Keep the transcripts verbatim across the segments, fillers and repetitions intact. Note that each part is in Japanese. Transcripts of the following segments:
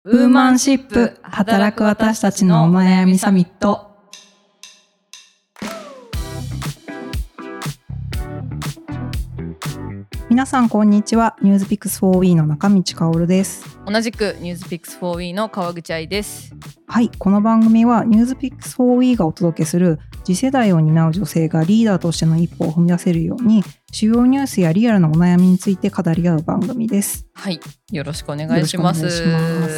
ウーマンシップ働く私たちのお悩みサミット。皆さんこんにちは。ニュースピックス フォー ウィー の中道香です。 同じくニュースピックス フォー ウィー の川口愛です。 はい、この番組はニュースピックス フォー ウィー がお届けする次世代を担う女性がリーダーとしての一歩を踏み出せるように、主要ニュースやリアルなお悩みについて語り合う番組です。 はい、よろしくお願いします。 よろしくお願いします。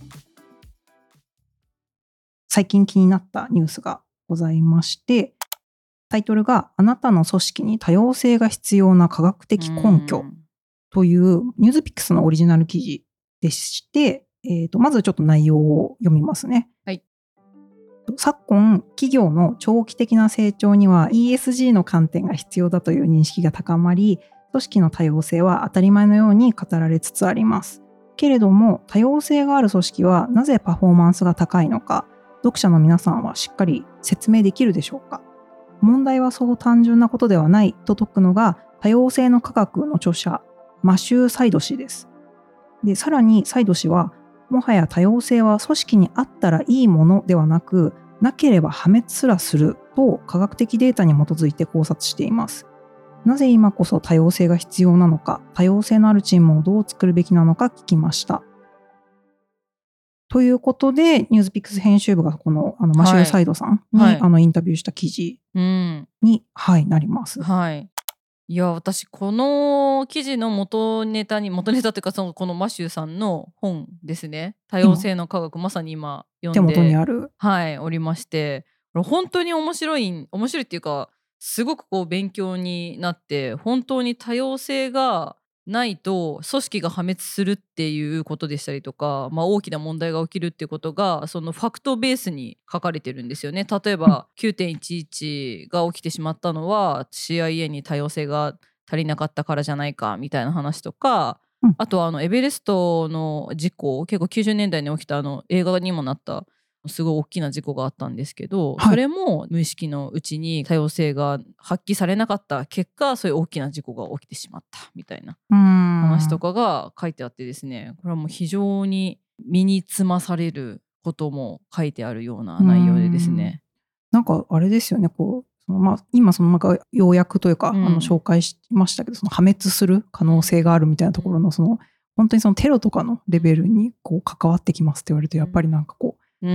最近気になったニュースがございまして、タイトルがあなたの組織に多様性が必要な科学的根拠というニュースピックスのオリジナル記事でして、えーと、まずちょっと内容を読みますね。 はい、 昨今企業の長期的な成長には イーエスジー の観点が必要だという認識が高まり、組織の多様性は当たり前のように語られつつあります。けれども多様性がある組織はなぜパフォーマンスが高いのか、読者の皆さんはしっかり説明できるでしょうか。問題はそう単純なことではないと説くのが多様性の科学の著者マシュー・サイド氏です。で、さらにサイド氏はもはや多様性は組織にあったらいいものではなく、なければ破滅すらすると科学的データに基づいて考察しています。なぜ今こそ多様性が必要なのか、多様性のあるチームをどう作るべきなのか聞きました。ということでニュースピックス編集部がこの、あのマシュー・サイドさんに、はい、あのインタビューした記事に、うんはい、なります。 はい、いや私この記事の元ネタに元ネタというかそのこのマシューさんの本ですね、多様性の科学、まさに今読んで手元にある、 はい、おりまして、本当に面白い面白いっていうかすごくこう勉強になって、本当に多様性がないと組織が破滅するっていうことでしたりとか、まあ、大きな問題が起きるっていうことがそのファクトベースに書かれてるんですよね。例えば きゅうてんいちいち が起きてしまったのは シーアイエー に多様性が足りなかったからじゃないかみたいな話とか、うん、あとはあのエベレストの事故、結構きゅうじゅうねんだいに起きたあの映画にもなったすごい大きな事故があったんですけど、はい、それも無意識のうちに多様性が発揮されなかった結果、そういう大きな事故が起きてしまったみたいな話とかが書いてあってですね、これはもう非常に身につまされることも書いてあるような内容でですね。 なんかあれですよね、こうそのまあ、今そのなんか要約というか、うん、あの紹介しましたけど、その破滅する可能性があるみたいなところの、その本当にそのテロとかのレベルにこう関わってきますって言われると、やっぱりなんかこう、うん、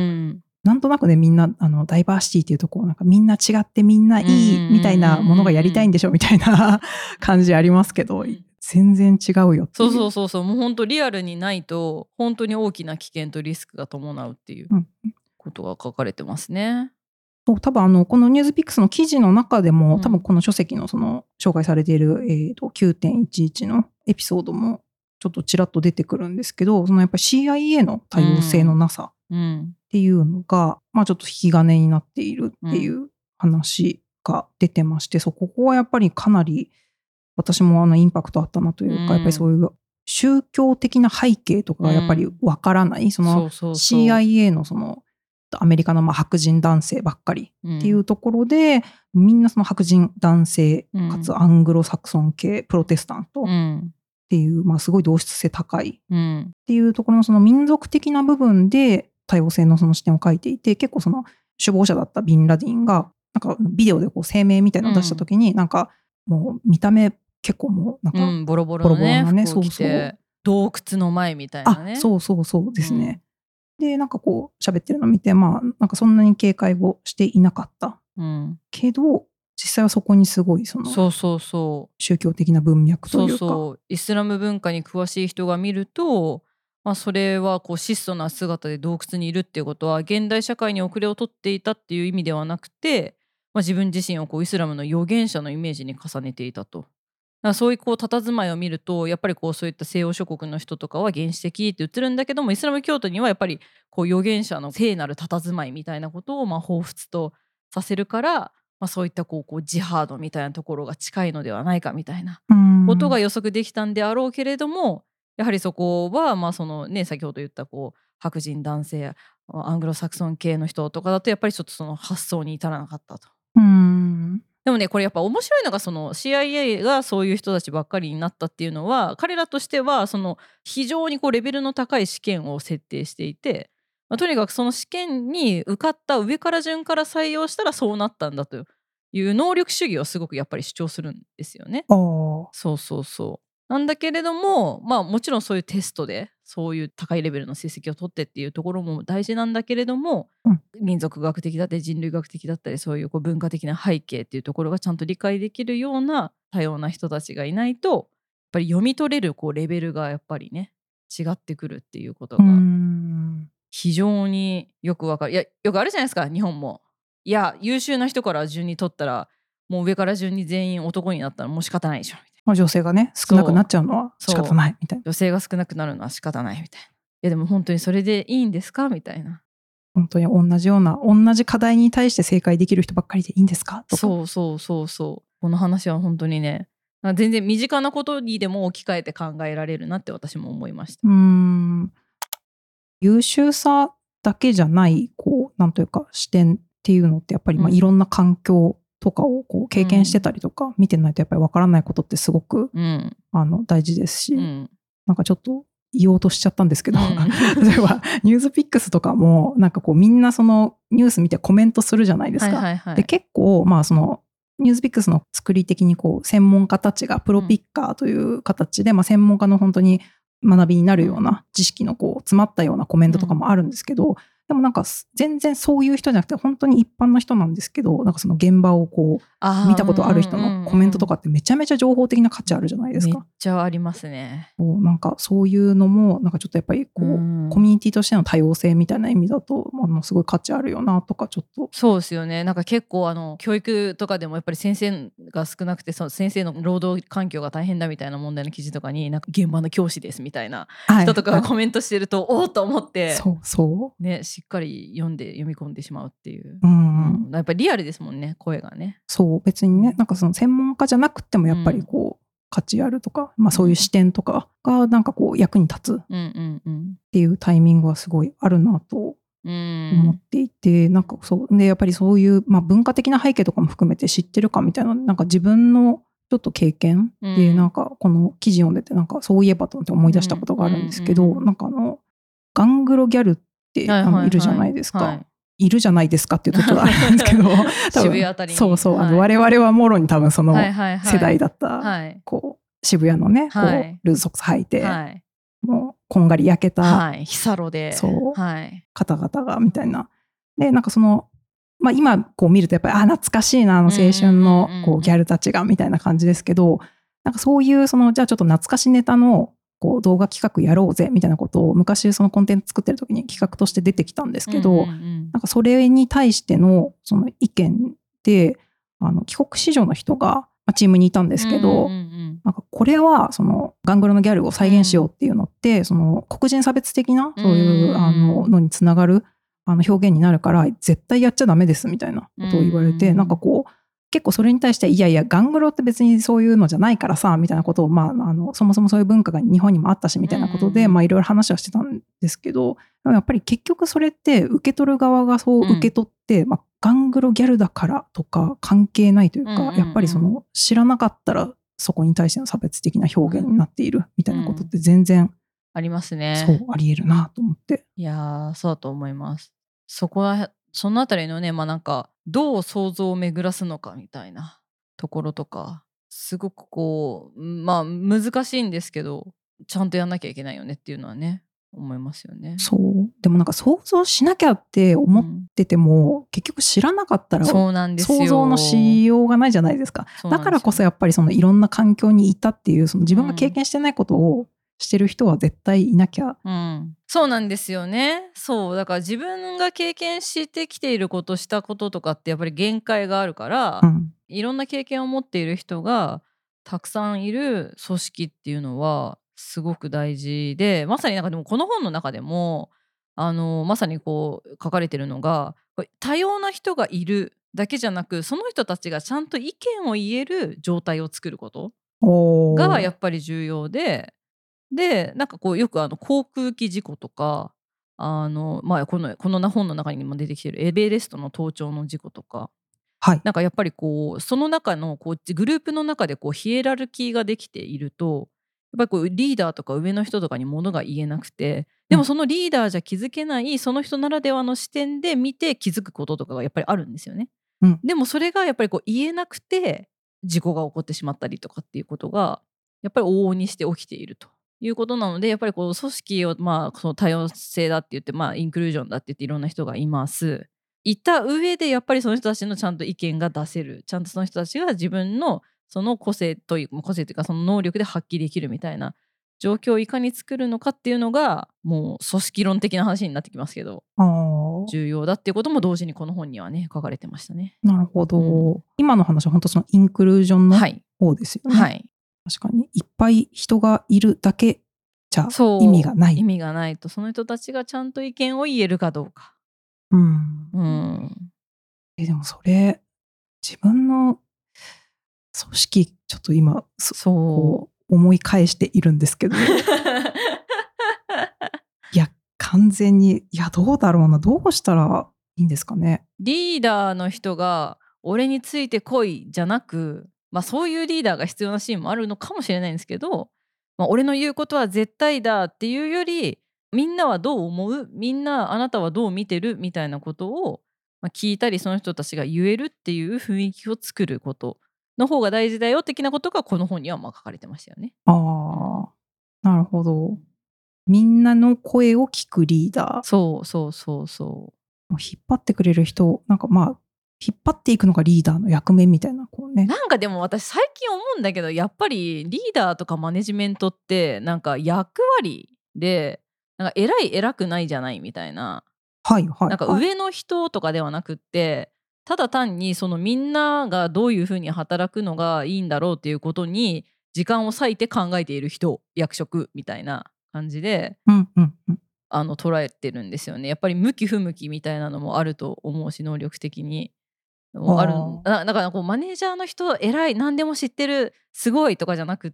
なんとなくね、みんなあのダイバーシティっていうとこうなんかみんな違ってみんないいみたいなものがやりたいんでしょみたいな感じありますけど、全然違うよっていう。 そうそうそうそう、もう本当リアルにないと本当に大きな危険とリスクが伴うっていうことが書かれてますね。 そう、多分あのこのニュースピックスの記事の中でも、うん、多分この書籍のその紹介されている、えーと きゅうてんいちいち のエピソードもちょっとちらっと出てくるんですけど、そのやっぱり シーアイエー の多様性のなさっていうのが、うん、まあちょっと引き金になっているっていう話が出てまして、そここはやっぱりかなり私もあのインパクトあったなというか、うん、やっぱりそういう宗教的な背景とかがやっぱりわからない、うん、その シーアイエー のそのアメリカのまあ白人男性ばっかりっていうところで、うん、みんなその白人男性かつアングロサクソン系プロテスタントっていう、まあ、すごい同質性高いっていうところのその民族的な部分で多様性のその視点を書いていて、結構その首謀者だったビンラディンがなんかビデオでこう声明みたいなのを出した時に、なんかもう見た目結構もうなんか、 うん、ボロボロのね、ボロボロのね、服を着て、そうそう洞窟の前みたいなね、 あ、そうそうそうですね、うん、でなんかこう喋ってるのを見て、まあなんかそんなに警戒をしていなかった、うん、けど実際はそこにすごいそのそうそうそう宗教的な文脈というか、 そうそうイスラム文化に詳しい人が見ると、まあ、それはこう質素な姿で洞窟にいるっていうことは現代社会に遅れを取っていたっていう意味ではなくて、まあ、自分自身をこうイスラムの預言者のイメージに重ねていたと。だからそういうこう佇まいを見るとやっぱりこうそういった西洋諸国の人とかは原始的って映るんだけども、イスラム教徒にはやっぱりこう預言者の聖なる佇まいみたいなことをまあ彷彿とさせるから、まあ、そういったこうこうジハードみたいなところが近いのではないかみたいなことが予測できたんであろうけれども、やはりそこはまあそのね、先ほど言ったこう白人男性アングロサクソン系の人とかだとやっぱりちょっとその発想に至らなかったと。 うんでもねこれやっぱ面白いのがその シーアイエー がそういう人たちばっかりになったっていうのは彼らとしてはその非常にこうレベルの高い試験を設定していて、まあ、とにかくその試験に受かった上から順から採用したらそうなったんだという能力主義をすごくやっぱり主張するんですよね。 ああ。 そうそうそう。なんだけれどもまあもちろんそういうテストでそういう高いレベルの成績を取ってっていうところも大事なんだけれども、 うん、 民族学的だったり人類学的だったりそういうこう文化的な背景っていうところがちゃんと理解できるような多様な人たちがいないとやっぱり読み取れるこうレベルがやっぱりね違ってくるっていうことうーがん。 非常によくわかる。いやよくあるじゃないですか日本も。いや優秀な人から順に取ったらもう上から順に全員男になったらもう仕方ないでしょみたいな。 まあ、女性がね少なくなっちゃうのは仕方ないみたいな。 女性が少なくなるのは仕方ないみたいな。いやでも本当にそれでいいんですかみたいな。 本当に同じような同じ課題に対して正解できる人ばっかりでいいんですかとか。 そうそうそうそう。この話は本当にねなんか全然身近なことにでも置き換えて考えられるなって私も思いました。 うーん。優秀さだけじゃないこうなんというか視点っていうのってやっぱりまあうんいろんな環境とかをこう経験してたりとか見てないとやっぱりわからないことってすごくうんあの大事ですし、 うんなんかちょっと言おうとしちゃったんですけど、 うん例えばニュースピックスとかもなんかこうみんなそのニュース見てコメントするじゃないですか。 はいはいはい。 で結構まあそのニュースピックスの作り的にこう専門家たちがプロピッカーという形で、まあ専門家の本当に学びになるような知識のこう詰まったようなコメントとかもあるんですけど、でもなんか全然そういう人じゃなくて本当に一般の人なんですけど、なんかその現場をこあーう見たことある人のコメントとかってめちゃめちゃ情報的な価値あるじゃないですめっか。 ちゃありますね。 こうなんかそういうのもなんかちょっとやっぱりこう、 うんコミュニティとしての多様性みたいな意味だとあのすごい価値あるよなとかちょっと。 そうですよね。なんか結構あの教育とかでもやっぱり先生が少なくてその先生の労働環境が大変だみたいな問題の記事とかになんか現場の教師ですみたいな人とかがコメントしてると、おおと思ってそうそう、 ね、しっかり読んで読み込んでしまうっていう、 うんうんやっぱりリアルですもんね声がね。 そう別にねなんかその専門家じゃなくてもやっぱりこう、価値あるとか、まあ、そういう視点とかがなんかこう役に立つっうんうんうんていうタイミングはすごいあるなとうん思っていて、なんかそうでやっぱりそういう、まあ、文化的な背景とかも含めて知ってるかみたいななんか自分のちょっと経験で、 うんなんかこの記事読んでてなんかそういえばと思って思い出したことがあるんですけど、 うんうんうんうんなんかあのガングロギャルって、 はいはいはいあのいるじゃないですか、 はいいるじゃないですかっていうとちょっとあれなんですけど多分渋谷あたりにそうそう、 はいあの我々はもろに多分そのはいはいはい世代だった、 はいこう渋谷のね、 はいこうルーズソックス履いて、 はいもうこんがり焼けたはいヒサロでそうはい方々がみたいな。でなんかその、まあ、今こう見るとやっぱりあ懐かしいなあの青春のこうギャルたちがみたいな感じですけど、なんかそういうそのじゃあちょっと懐かしネタのこう動画企画やろうぜみたいなことを昔そのコンテンツ作ってる時に企画として出てきたんですけど、 うんうんうんなんかそれに対してのその意見であの帰国子女の人がまあチームにいたんですけど、 うんうんうんなんかこれはそのガングロのギャルを再現しようっていうのって、その黒人差別的なそういうあののにつながるあの表現になるから絶対やっちゃダメですみたいなことを言われて、 うんなんかこう結構それに対していやいやガングロって別にそういうのじゃないからさみたいなことを、まあ、あのそもそもそういう文化が日本にもあったしみたいなことで、 うんまあいろいろ話はしてたんですけど、でもやっぱり結局それって受け取る側がそう受け取って、まあ、ガングロギャルだからとか関係ないというか、 うんうんうんやっぱりその知らなかったらそこに対しての差別的な表現になっているみたいなことって全然、 ありますね。 そうありえるなと思って。 いやーそうだと思います。そこはそのあたりのねまあなんかどう想像を巡らすのかみたいなところとかすごくこうまあ難しいんですけどちゃんとやんなきゃいけないよねっていうのはね思いますよね。 そうでもなんか想像しなきゃって思ってても、うん、結局知らなかったらそうなんですよ想像のしようがないじゃないですか。だからこそやっぱりそのいろんな環境にいたっていうその自分が経験してないことをしてる人は絶対いなきゃ、 うん、そうなんですよね。そうだから自分が経験してきていることしたこととかってやっぱり限界があるから、 うん、 いろんな経験を持っている人がたくさんいる組織っていうのはすごく大事で、まさになんかでもこの本の中でもあのまさにこう書かれてるのが多様な人がいるだけじゃなくその人たちがちゃんと意見を言える状態を作ることがやっぱり重要で、でなんかこうよくあの航空機事故とかあの、まあ、このこの本の中にも出てきてるエベレストの登頂の事故とかはい。 なんかやっぱりこうその中のこうグループの中でこうヒエラルキーができていると、やっぱりこうリーダーとか上の人とかにものが言えなくて、 うん。 でもそのリーダーじゃ気づけないその人ならではの視点で見て気づくこととかがやっぱりあるんですよね。 うん。 でもそれがやっぱりこう言えなくて事故が起こってしまったりとかっていうことがやっぱり往々にして起きているということなので、やっぱりこう組織をまあその多様性だって言って、まあインクルージョンだって言っていろんな人がいます。いた上でやっぱりその人たちのちゃんと意見が出せる、ちゃんとその人たちが自分のその個性という個性というかその能力で発揮できるみたいな状況をいかに作るのかっていうのがもう組織論的な話になってきますけど、 ああ、 重要だっていうことも同時にこの本にはね書かれてましたね。 なるほうん、 ど。今の話は本当そのインクルージョンのはい方ですよね。 はい確かにいっぱい人がいるだけじゃ意味がそう意ない。 味がないと、その人たちがちゃんと意見を言えるかどうか。 うん。 うん。 え、でもそれ、自分の組織、ちょっと今、そそうこう思い返しているんですけど、いや、完全に、いや、どうだろうな、どうしたらいいんですかね。 リーダーの人が俺についてこいじゃなく、まあそういうリーダーが必要なシーンもあるのかもしれないんですけど、まあ、俺の言うことは絶対だっていうより、みんなはどう思う、みんなあなたはどう見てるみたいなことを、まあ、聞いたりその人たちが言えるっていう雰囲気を作ることの方が大事だよ的なことがこの本にはまあ書かれてましたよね。 あうん、 あ、なるほど。みんなの声を聞くリーダー。 そうそうそうそう。 もう引っ張ってくれる人、なんかまあ、引っ張っていくのがリーダーの役目みたいな、こうね。 なんかでも私最近思うんだけど、やっぱりリーダーとかマネジメントってなんか役割で、なんか偉い偉くないじゃないみたいな、 はいはいはい。 なんか上の人とかではなくって、ただ単にそのみんながどういうふうに働くのがいいんだろうっていうことに時間を割いて考えている人、役職みたいな感じでうんうんうん。 あの捉えてるんですよね。やっぱり向き不向きみたいなのもあると思うし、能力的に。 あもあるんあ。 だだからこうマネージャーの人偉い何でも知ってるすごいとかじゃなくって、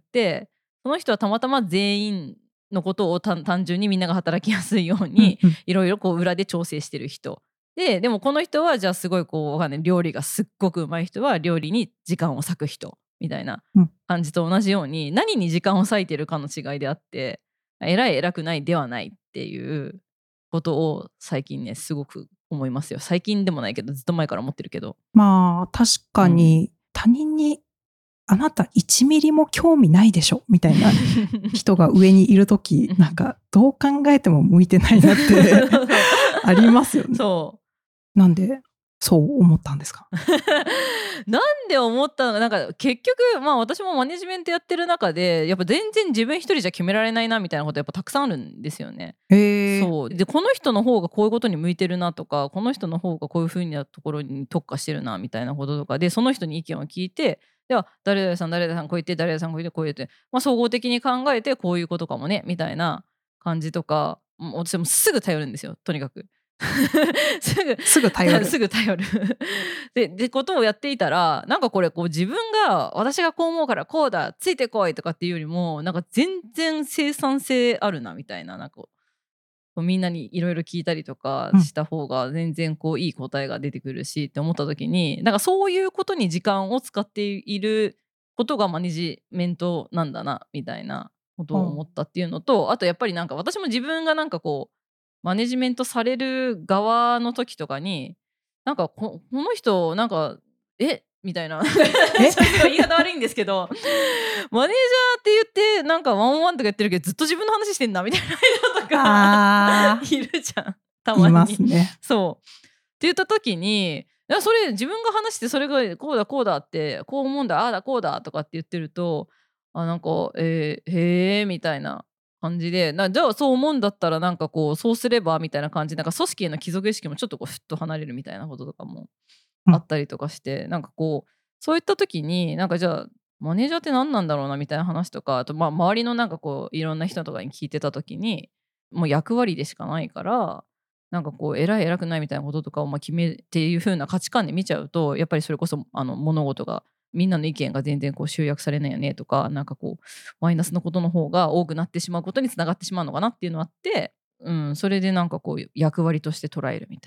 その人はたまたま全員のことを単単純にみんなが働きやすいようにうんうん。 いろいろこう裏で調整してる人で、でもこの人はじゃあすごいこうわかんない料理がすっごくうまい人は料理に時間を割く人みたいなうん。 感じと同じように、何に時間を割いてるかの違いであって、偉い偉くないではないっていうことを最近ねすごく思いますよ。最近でもないけどずっと前から思ってるけど。 まあ、確うん。 かに他人にあなたいちミリも興味ないでしょみたいな人が上にいるとき、なんかどう考えても向いてないなってありますよね。 そう。 なんで、そう思ったんですか？ なんで思ったのか、なんか結局まあ私もマネジメントやってる中でやっぱ全然自分一人じゃ決められないなみたいなことやっぱたくさんあるんですよね。 へえ。 そうでこの人の方がこういうことに向いてるなとか、この人の方がこういう風なところに特化してるなみたいなこととかで、その人に意見を聞いて、では誰々さん誰々さんこう言って誰々さんこう言ってこう言って、まあ、総合的に考えてこういうことかもねみたいな感じとか、もう私もすぐ頼るんですよとにかく。すぐすぐ頼る。 すぐ頼るででことをやっていたら、なんかこれこう自分が私がこう思うからこうだついてこいとかっていうよりも、なんか全然生産性あるなみたいな、なんかこうみんなにいろいろ聞いたりとかうん。 した方が全然こういい答えが出てくるしって思った時に、なんかそういうことに時間を使っていることがマネジメントなんだなみたいなことを思ったっていうのと、あとやっぱりなんか私も自分がなんかこうマネジメントされる側の時とかに、なんかここの人なんかえみたいなちょえ？ っと言い方悪いんですけど、マネージャーって言ってなんかワンオンワンとかやってるけどずっと自分の話してんなみたいな人とかああ、 いるじゃんたいままに。 すね。 そうって言った時に、いやそれ自分が話してそれがこうだこうだってこう思うんだああだこうだとかって言ってると、あなんか、えー、へえみたいな感じで、なじゃあそう思うんだったらなんかこうそうすればみたいな感じで、なんか組織への帰属意識もちょっとこうふっと離れるみたいなこととかもうん。 あったりとかして、なんかこうそういった時になんかじゃあマネージャーって何なんだろうなみたいな話とか、あとまあ周りのなんかこういろんな人とかに聞いてた時に、もう役割でしかないから、なんかこう偉い偉くないみたいなこととかをまあ決めっていう風な価値観で見ちゃうと、やっぱりそれこそあの物事がみんなの意見が全然こう集約されないよねとか、なんかこうマイナスのことの方が多くなってしまうことにつながってしまうのかなっていうのがあって、うん、それでなんかこう役割として捉えるみたいな。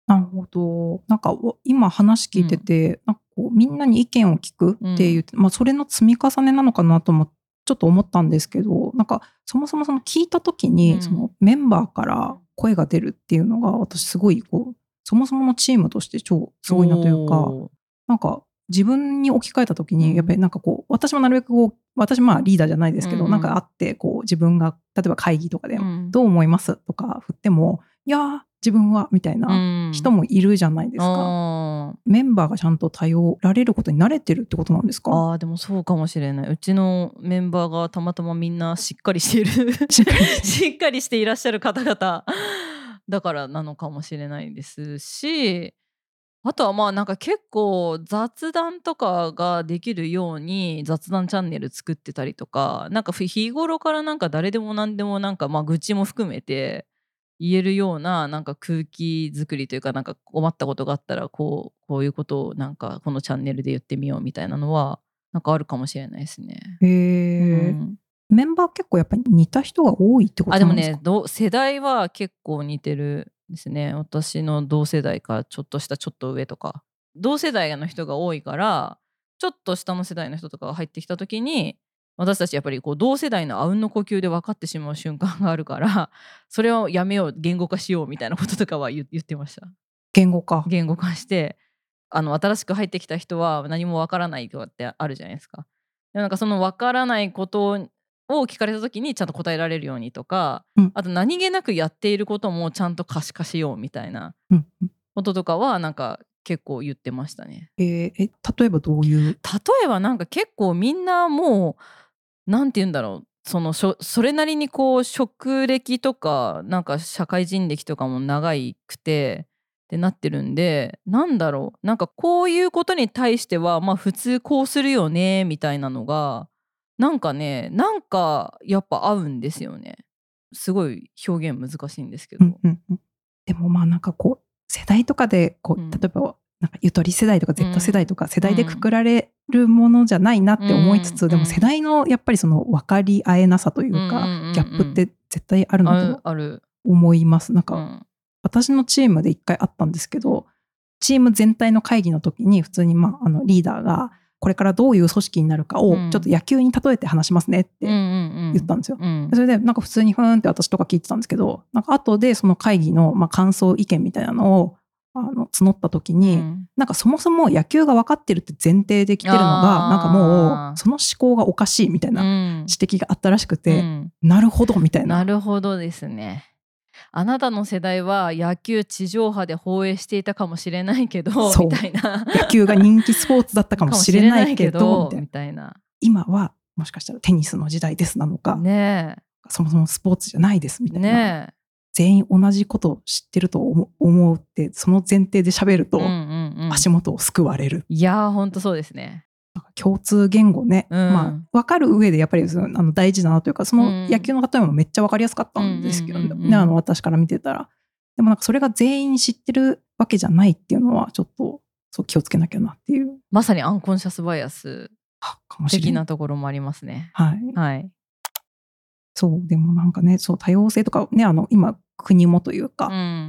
なるほど。なんか今話聞いてて、うん、なんかこうみんなに意見を聞くっていう、うん、まあそれの積み重ねなのかなともちょっと思ったんですけど、なんかそもそもその聞いた時に、うん、そのメンバーから声が出るっていうのが私すごいこうそもそものチームとして超すごいなというか、なんか自分に置き換えた時にやっぱりなんかこう私もなるべくこう私まあリーダーじゃないですけど、うん、なんかあってこう自分が例えば会議とかでどう思いますとか振っても、いやー自分はみたいな人もいるじゃないですか、うん、メンバーがちゃんと頼られることに慣れてるってことなんですか？ あーでもそうかもしれない。うちのメンバーがたまたまみんなしっかりしているしっかりしていらっしゃる方々だからなのかもしれないですし、あとはまあなんか結構雑談とかができるように雑談チャンネル作ってたりとか、なんか日頃からなんか誰でも何でもなんかまあ愚痴も含めて言えるようななんか空気作りというか、なんか困ったことがあったらこうこういうことをなんかこのチャンネルで言ってみようみたいなのはなんかあるかもしれないですね。 へー、うん、メンバー結構やっぱり似た人が多いってことなんですか？ あでもね、世代は結構似てるですね。私の同世代かちょっとしたちょっと上とか同世代の人が多いから、ちょっと下の世代の人とかが入ってきた時に私たちやっぱりこう同世代のあうんの呼吸で分かってしまう瞬間があるから、それをやめよう、言語化しようみたいなこととかは 言, 言ってました。 言語化言語化してあの新しく入ってきた人は何も分からないとかってあるじゃないですか。でもなんかその分からないことを聞かれた時にちゃんと答えられるようにとか、うん、あと何気なくやっていることもちゃんと可視化しようみたいなこととかはなんか結構言ってましたね。 えー、え例えばどういう？ 例えばなんか結構みんなもうなんて言うんだろう、そのそれなりにこう職歴とかなんか社会人歴とかも長いくてってなってるんで、なんだろう、なんかこういうことに対してはまあ普通こうするよねみたいなのがなんかね、なんかやっぱ合うんですよね。すごい表現難しいんですけど、うんうんうん、でもまあなんかこう世代とかでこう、うん、例えばなんかゆとり世代とか Z 世代とか世代でくくられるものじゃないなって思いつつ、うん、でも世代のやっぱりその分かり合えなさというか、うんうんうん、ギャップって絶対あるのと思います。なんか、うん、私のチームで一回あったんですけど、チーム全体の会議の時に普通に、まあ、あのリーダーがこれからどういう組織になるかをちょっと野球に例えて話しますねって言ったんですよ、うんうんうん、それでなんか普通にふーんって私とか聞いてたんですけど、なんか後でその会議のまあ感想意見みたいなのをあの募った時に、うん、なんかそもそも野球が分かってるって前提で来てるのがなんかもうその思考がおかしいみたいな指摘があったらしくて、うん、なるほどみたいな。 なるほどですね。あなたの世代は野球地上波で放映していたかもしれないけどみたいな、 野球が人気スポーツだったかもしれないけどみたいな、 今はもしかしたらテニスの時代ですなのか、ね、そもそもスポーツじゃないですみたいな、ね、全員同じことを知ってると思うってその前提で喋ると足元を救われる、うんうんうん、 いやーほんとそうですね。 共通言語ね、うん、まあ分かる上でやっぱりあの大事だなというか、その野球の例えもめっちゃ分かりやすかったんですけど、うんうんうんうん、あの私から見てたら、でもなんかそれが全員知ってるわけじゃないっていうのはちょっとそう気をつけなきゃなっていう、 まさにアンコンシャスバイアス的なところもありますね。 はい、 はい、 そうでもなんかね、そう多様性とかね、あの今国もというか、うん、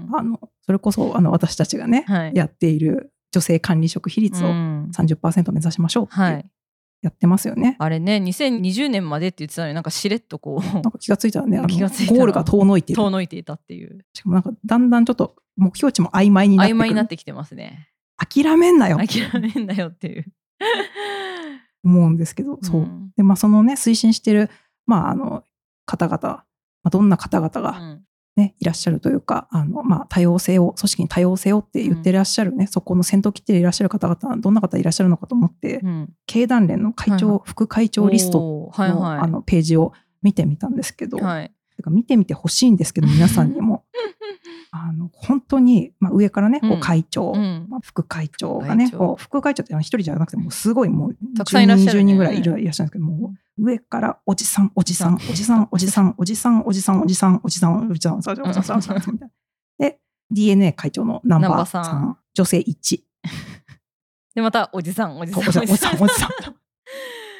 あのそれこそあの私たちがね、はい、やっている女性管理職比率を さんじゅっパーセント 目指しましょうって、はい、やってますよね。 あれね、にせんにじゅうねんまでって言ってたのになんかしれっとこうなんか気がついたらね、あのゴールが遠のいている遠のいていたっていう。 しかもなんかだんだんちょっと目標値も曖昧になってくる、曖昧になってきてますね。 諦めんなよ諦めんなよっていう思うんですけど、そう、うん、でまあそのね推進してるまああの方々、まあ、どんな方々が、うんね、いらっしゃるというか、あの、まあ、多様性を、組織に多様性をって言ってらっしゃるね、うん、そこの先頭切っていらっしゃる方々、どんな方いらっしゃるのかと思って、うん、経団連の会長、はいはい、副会長リストの、はいはい、あのページを見てみたんですけど、はい、てか見てみてほしいんですけど、皆さんにも。あの本当に、まあ、上からね、こう会長、うんまあ、副会長がね、こう副会長って一人じゃなくてもうすごいもうじゅうにん、にじゅうにんぐらいいらっしゃるんですけど、もう上からおじさんおじさんおじさんおじさんおじさんおじさんおじさんおじさんおじさんおじさんおじさんおじさんみたいな。で ディーエヌエー 会長のナンバーさん、女性いちでまたおじさんおじさんおじさんおじさん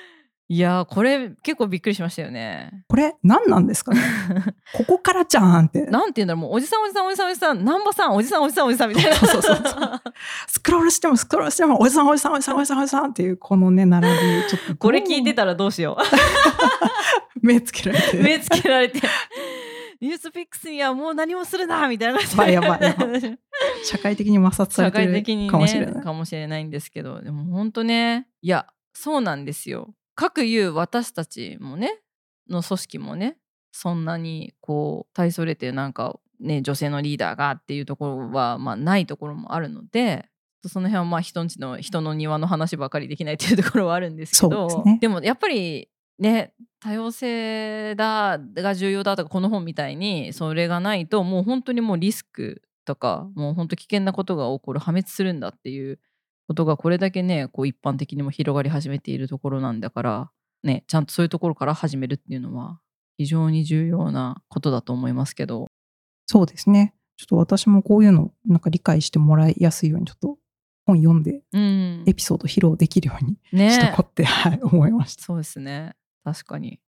いやーこれ結構びっくりしましたよね。 これ何なんですかねここからじゃんって。 なんて言うんだろう、もうおじさんおじさんおじさんおじさん南波さんおじさんおじさんおじさんみたいな。 そうそうそうそうスクロールしてもスクロールしてもおじさんおじさんおじさんおじさんおじさんっていうこのね並びちょっとこれ聞いてたらどうしよう目つけられて目つけられてニュースピックスにはもう何もするなみたいな感じでやばいやばいやばい社会的に摩擦されてるかもしれない、 ね、かもしれないんですけど、でも本当ね、いやそうなんですよ。かくいう私たちもねの組織もねそんなにこう大それてなんかね女性のリーダーがっていうところはまあないところもあるので、その辺はまあ人んちの人の庭の話ばかりできないっていうところはあるんですけど、 そうですね、 でもやっぱりね多様性だが重要だとかこの本みたいにそれがないともう本当にもうリスクとかもう本当危険なことが起こる破滅するんだっていうことがこれだけねこう一般的にも広がり始めているところなんだからね、ちゃんとそういうところから始めるっていうのは非常に重要なことだと思いますけど。 そうですね、ちょっと私もこういうのなんか理解してもらいやすいようにちょっと本読んでエピソード披露できるようにしとこうって、ねはい、思いました。 そうですね、確かに。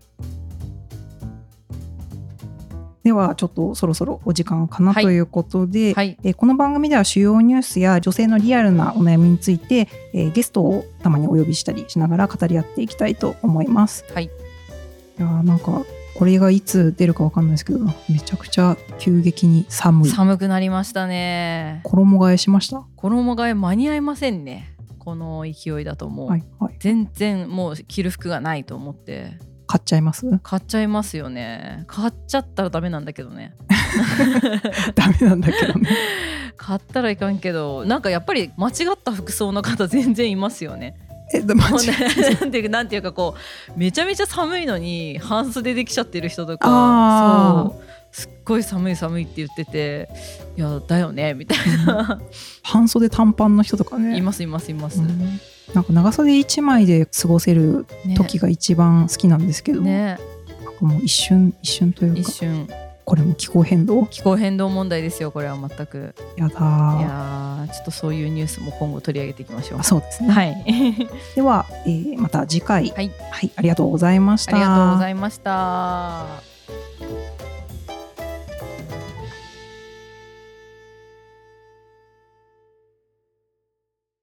ではちょっとそろそろお時間かなということで、 はいはい、 えー、この番組では主要ニュースや女性のリアルなお悩みについて、えー、ゲストをたまにお呼びしたりしながら語り合っていきたいと思います。 はい、 いやなんかこれがいつ出るか分かんないですけどめちゃくちゃ急激に寒い寒くなりましたね。 衣替えしました？ 衣替え間に合いませんね。この勢いだともう、はいはい、全然もう着る服がないと思って買っちゃいます？ 買っちゃいますよね。買っちゃったらダメなんだけどねダメなんだけどね買ったらいかんけどなんかやっぱり間違った服装の方全然いますよね。 えで間違なんていうかなんていうかこうめちゃめちゃ寒いのに半袖できちゃってる人とか、そうすっごい寒い寒いって言ってていやだよねみたいな半袖短パンの人とかねいますいますいます、うん、 なんか長袖いちまいで過ごせる時が一番好きなんですけど、 ね、 なんかもう一瞬一瞬というか一瞬これも気候変動気候変動問題ですよこれは全く。 やだー。 いやちょっとそういうニュースも今後取り上げていきましょう。 そうですね、 はい、 では、えー、また次回、 はいはい、ありがとうございました。 ありがとうございました。